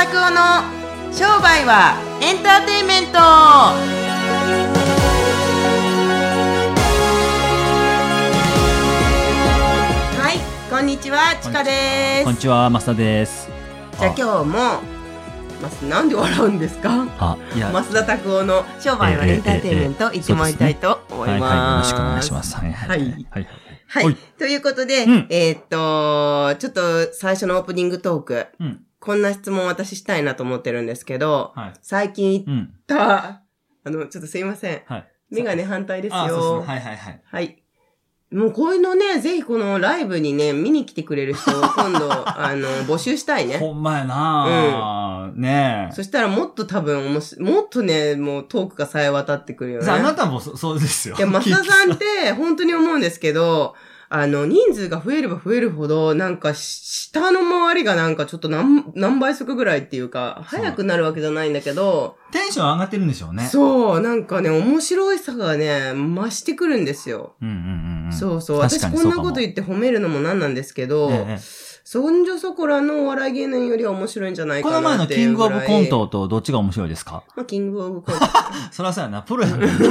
拓夫の商売はエンターテインメント。はい、こんにちは、ちかです。 こんにちは、増田です。 じゃあ今日もなんで笑うんですか？増田拓夫の商売はエンターテインメント、行ってまいりたいと思います。 はい、よろしくお願いします。はい、 ということで、ちょっと最初のオープニングトーク、こんな質問私したいなと思ってるんですけど、最近行った、ちょっとすいません。メガネ反対ですよ。はい。もうこういうのね、ぜひこのライブにね、見に来てくれる人を今度、募集したいね。 ほんまやなねえ。 そしたらもっと多分もっとね、もうトークがさえ渡ってくるよね。 あなたもそうですよ。 いや、増田さんって本当に思うんですけど、人数が増えれば増えるほど、なんか、下の周りがなんかちょっと何倍速ぐらいっていうか、早くなるわけじゃないんだけど、 テンション上がってるんでしょうね。 そう、なんかね、面白いさがね、増してくるんですよ。そうそう。私こんなこと言って褒めるのもなんなんですけど、そんじょそこらのお笑い芸人よりは面白いんじゃないかなっていうぐらい。 この前のキングオブコントとどっちが面白いですか？ キングオブコント。 そらそうやな、プロやな。 そう。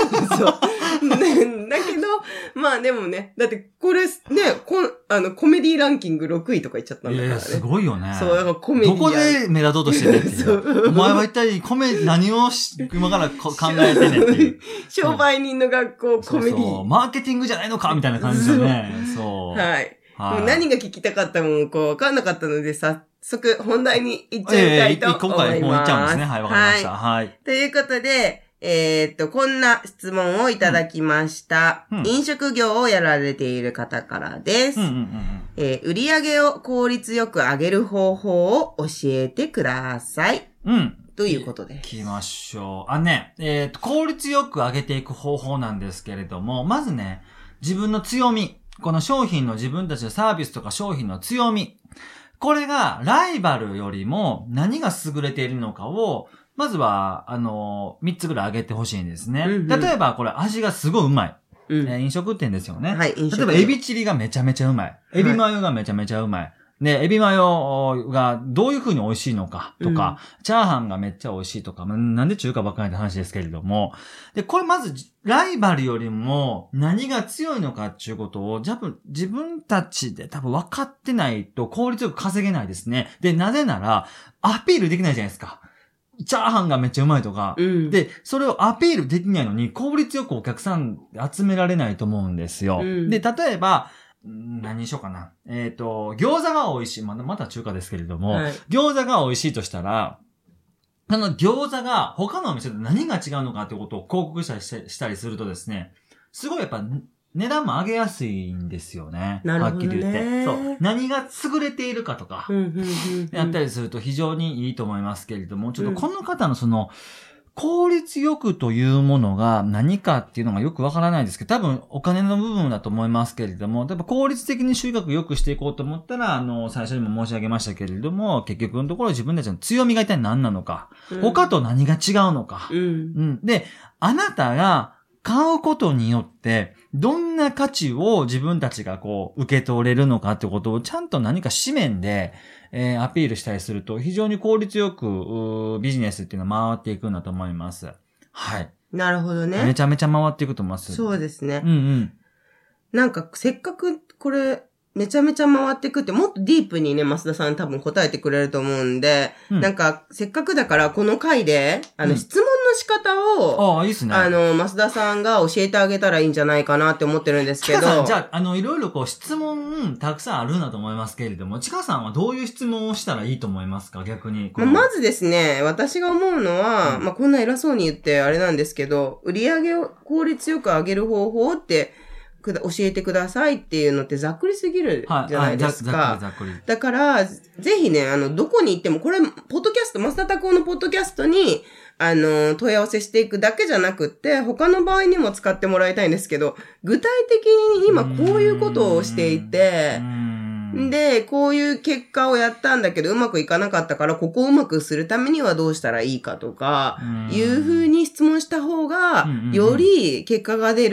だけど、まあでもね、だってこれね、コメディランキング6位とか言っちゃったんだからね。 いやすごいよね。 そう、だからコメディ。 どこで目立とうとしてねっていう。お前は一体何を今から考えてねっていう。 商売人の学校コメディ。 そう、マーケティングじゃないのかみたいな感じだね。そう。 はい。もう何が聞きたかったも分かんなかったので、早速本題に行っちゃいたいと思います。 今回もう行っちゃうんですね。はい、わかりました。はい。 ということで、こんな質問をいただきました。飲食業をやられている方からです。売上を効率よく上げる方法を教えてください。ということで。 行きましょう。効率よく上げていく方法なんですけれども、まずね、自分の強み。この商品の自分たちのサービスとか商品の強み。これがライバルよりも何が優れているのかを、まずは、3つぐらい挙げてほしいんですね。例えば、これ味がすごいうまい。飲食店ですよね。 はい、 例えば、エビチリがめちゃめちゃうまい。エビマヨがめちゃめちゃうまい。で、エビマヨがどういう風に美味しいのかとか、チャーハンがめっちゃ美味しいとか、なんで中華ばっかりって話ですけれども。で、これまず、ライバルよりも何が強いのかっていうことを、自分たちで多分分かってないと効率よく稼げないですね。で、なぜなら、アピールできないじゃないですか。チャーハンがめっちゃうまいとか。で、それをアピールできないのに効率よくお客さん集められないと思うんですよ。で、例えば、何にしようかな。餃子が美味しい。また中華ですけれども、餃子が美味しいとしたら、その餃子が他のお店と何が違うのかってことを広告したりするとですね、すごいやっぱ値段も上げやすいんですよね。 なるほどね。 はっきり言って。そう。何が優れているかとか、やったりすると非常にいいと思いますけれども、ちょっとこの方のその、効率よくというものが何かっていうのがよくわからないですけど、多分お金の部分だと思いますけれども、やっぱ効率的に収穫良くしていこうと思ったら、最初にも申し上げましたけれども、結局のところ自分たちの強みが一体何なのか、他と何が違うのか、で、あなたが買うことによって、どんな価値を自分たちが受け取れるのかってことをちゃんと何か紙面で、アピールしたりすると非常に効率よくビジネスっていうのは回っていくんだと思います。はい。 なるほどね。 めちゃめちゃ回っていくと思います。 そうですね。なんかせっかくこれめちゃめちゃ回っていくってもっとディープにね、増田さん多分答えてくれると思うんで、なんかせっかくだからこの回で、質問の仕方を、 いいっすね。 増田さんが教えてあげたらいいんじゃないかなって思ってるんですけど。 ちかさん、じゃあ、いろいろ質問たくさんあるんだと思いますけれども、ちかさんはどういう質問をしたらいいと思いますか？逆に。 まずですね、私が思うのは、こんな偉そうに言ってあれなんですけど、売り上げを効率よく上げる方法って、教えてくださいっていうのってざっくりすぎるじゃないですか。 ざっくり。 だから、ぜひね、どこに行っても、これ、ポッドキャスト、増田拓夫のポッドキャストに、問い合わせしていくだけじゃなくって、他の場合にも使ってもらいたいんですけど、具体的に今こういうことをしていて、で、こういう結果をやったんだけどうまくいかなかったから、ここをうまくするためにはどうしたらいいかとか、いう風に質問した方が、より結果が出る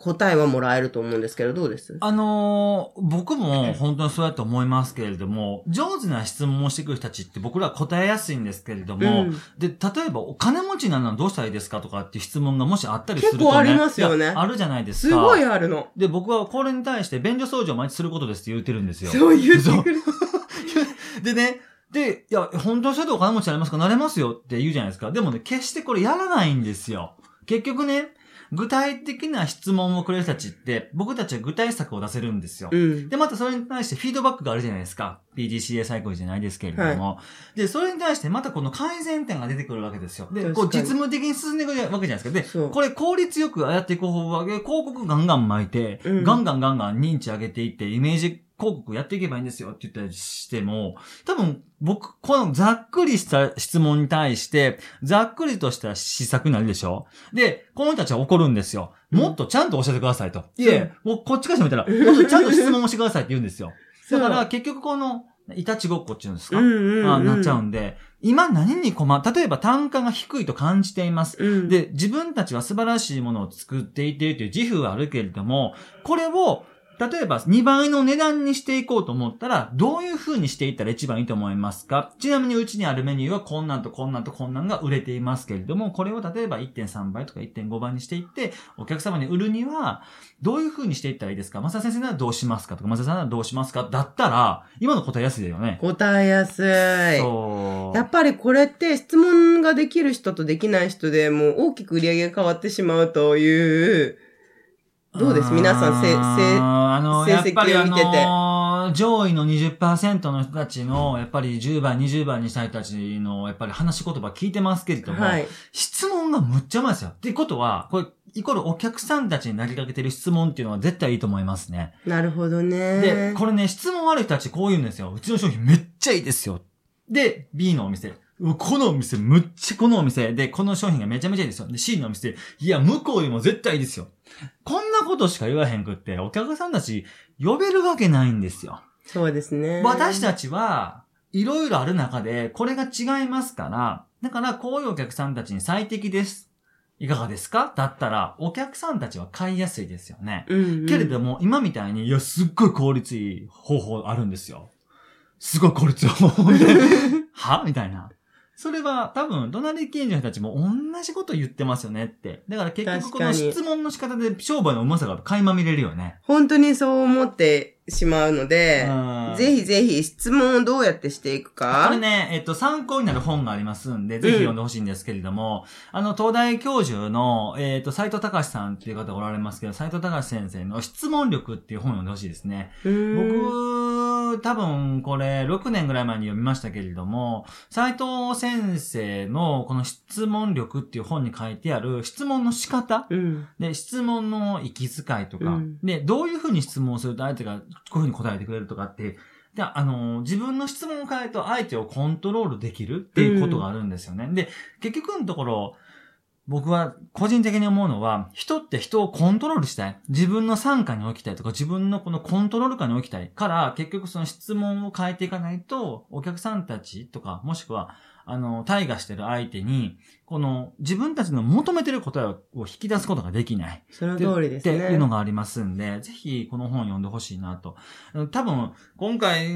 答えはもらえると思うんですけど、どうです？ 僕も本当にそうやと思いますけれども、上手な質問をしてくる人たちって僕らは答えやすいんですけれども、で、例えばお金持ちになるのはどうしたらいいですかとかっていう質問がもしあったりするとね。 結構ありますよね。 あるじゃないですか。 すごいあるの。 で、僕はこれに対して便所掃除を毎日することですって言ってるんですよ。 そう言ってくる。 でね、いや、本当にそれでお金持ちになれますか？なれますよって言うじゃないですか。でもね、決してこれやらないんですよ。結局ね、具体的な質問をくれる人たちって、僕たちは具体策を出せるんですよ。で、またそれに対してフィードバックがあるじゃないですか。PDCA サイクルじゃないですけれども。で、それに対してまたこの改善点が出てくるわけですよ。で、こう実務的に進んでいくわけじゃないですか。で、これ効率よくやっていく方法は、広告ガンガン巻いて、ガンガン認知上げていって、イメージ広告やっていけばいいんですよって言ったりしても、多分僕、このざっくりした質問に対して、ざっくりとした施策になるでしょ？で、この人たちは怒るんですよ。もっとちゃんと教えてくださいと。いえ、もうこっちからしてみたら、もっとちゃんと質問をしてくださいって言うんですよ。だから結局この、いたちごっこっていうんですか、なっちゃうんで、今何に例えば単価が低いと感じています。で、自分たちは素晴らしいものを作っていっているという自負はあるけれども、これを、例えば2倍の値段にしていこうと思ったら、どういう風にしていったら一番いいと思いますか？ちなみにうちにあるメニューはこんなんとこんなんとこんなんが売れていますけれども、これを例えば 1.3 倍とか 1.5 倍にしていって、お客様に売るには、どういう風にしていったらいいですか？増田先生ならどうしますかとか、増田さんならどうしますかだったら、今の答えやすいだよね。 答えやすい。 そう。 やっぱりこれって質問ができる人とできない人でもう大きく売り上げが変わってしまうという、どうです皆さん、成績を見てて。 上位の 20% の人たちの、やっぱり10番、20番にした人たちの、やっぱり話し言葉聞いてますけれども、質問がむっちゃうまいですよ。っていうことは、これ、イコールお客さんたちに投げかけてる質問っていうのは絶対いいと思いますね。 なるほどね。 で、これね、質問悪い人たちこう言うんですよ。うちの商品めっちゃいいですよ。で、B のお店。このお店、むっちゃこのお店で、この商品がめちゃめちゃいいですよ。で、C のお店、いや、向こうよりも絶対いいですよ。こんなことしか言わへんくって、お客さんたち呼べるわけないんですよ。 そうですね。 私たちは、いろいろある中で、これが違いますから、だからこういうお客さんたちに最適です。いかがですかだったら、お客さんたちは買いやすいですよね。けれども、今みたいに、いや、すっごい効率いい方法あるんですよ。すごい効率いい方法で、はみたいな。それは多分、隣近所の人たちも同じこと言ってますよねって。だから結局この質問の仕方で商売のうまさが垣間見れるよね。 本当にそう思ってしまうので、ぜひぜひ質問をどうやってしていくか。 これね、参考になる本がありますんで、ぜひ読んでほしいんですけれども、東大教授の、斉藤隆さんっていう方がおられますけど、斉藤隆先生の質問力っていう本を読んでほしいですね。僕、多分これ6年ぐらい前に読みましたけれども、斉藤先生のこの質問力っていう本に書いてある質問の仕方、で、質問の息遣いとか、で、どういうふうに質問をすると相手がこういうふうに答えてくれるとかって、で、自分の質問を変えると相手をコントロールできるっていうことがあるんですよね。で、結局のところ、僕は個人的に思うのは、人って人をコントロールしたい。自分の傘下に置きたいとか、自分のこのコントロール下に置きたいから、結局その質問を変えていかないと、お客さんたちとか、もしくは、対話してる相手に、この自分たちの求めてる答えを引き出すことができない。 その通りですね。 っていうのがありますんで、ぜひこの本読んでほしいなと。多分、今回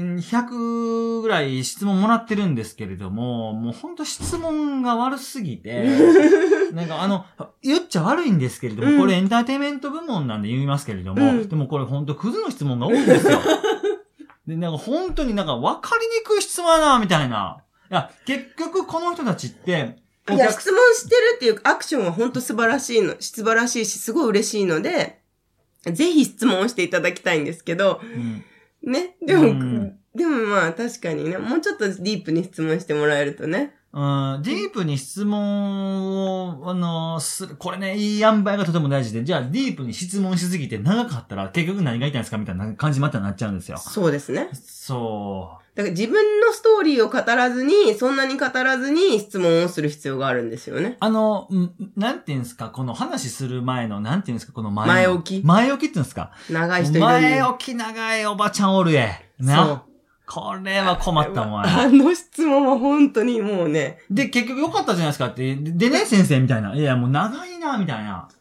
100ぐらい質問もらってるんですけれども、もうほんと質問が悪すぎて、なんか言っちゃ悪いんですけれども、これエンターテインメント部門なんで言いますけれども、でもこれほんとクズの質問が多いんですよ。で、なんか本当になんか分かりにくい質問やな、みたいな。いや、結局この人たちって、 いや、質問してるっていうアクションは本当素晴らしいし、すごい嬉しいので、ぜひ質問をしていただきたいんですけど、ね。でもまあ確かにね、もうちょっとディープに質問してもらえるとね。 ディープに質問を、する。これね、いい塩梅がとても大事で、じゃあディープに質問しすぎて長かったら結局何が言いたいんですかみたいな感じまたなっちゃうんですよ。 そうですね。 そう。 だから自分のストーリーを語らずに、そんなに語らずに質問をする必要があるんですよね。 なんていうんですか、この話する前の、なんていうんですか、この前置きっていうんですか。 長い人いる。 前置き長いおばちゃんおるな。そう。これは困ったもん。 質問は本当にもうね。 で、結局良かったじゃないですかって。でね、先生みたいな。いや、もう長いな、みたいな。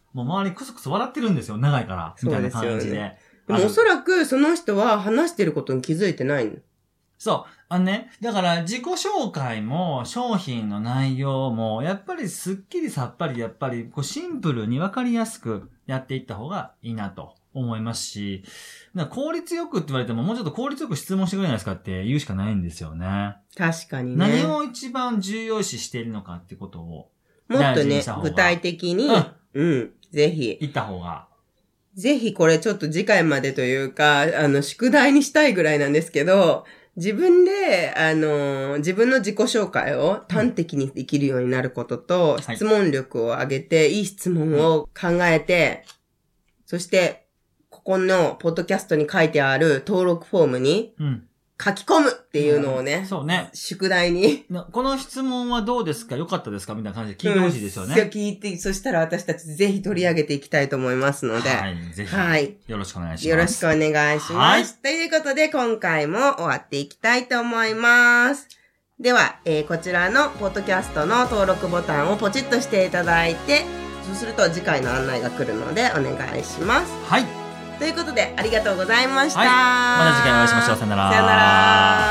もう周りクスクス笑ってるんですよ。長いから。みたいな感じで。 でもおそらくその人は話してることに気づいてないの。 そう。だから自己紹介も商品の内容も、やっぱりすっきりさっぱり、やっぱりこうシンプルにわかりやすくやっていった方がいいなと思いますし、効率よくって言われてももうちょっと効率よく質問してくれないですかって言うしかないんですよね。 確かにね。 何を一番重要視しているのかってことをもっとね、具体的に、ぜひ。 言った方が。 ぜひこれちょっと次回までというか、宿題にしたいぐらいなんですけど、自分で、自分の自己紹介を端的にできるようになることと、質問力を上げて、いい質問を考えて、そして、ここのポッドキャストに書いてある登録フォームに、書き込むっていうのをね、 そうね。 宿題に。 この質問はどうですか？良かったですか？みたいな感じで聞いてほしいですよね。 聞いて、そしたら私たちぜひ取り上げていきたいと思いますので。 はい、ぜひ。 はい。 よろしくお願いします。 よろしくお願いします。ということで、今回も終わっていきたいと思います。では、こちらのポッドキャストの登録ボタンをポチッとしていただいて、そうすると次回の案内が来るのでお願いします。 はい。 ということで、ありがとうございました。 はい。また次回お会いしましょう。さよなら。 さよなら。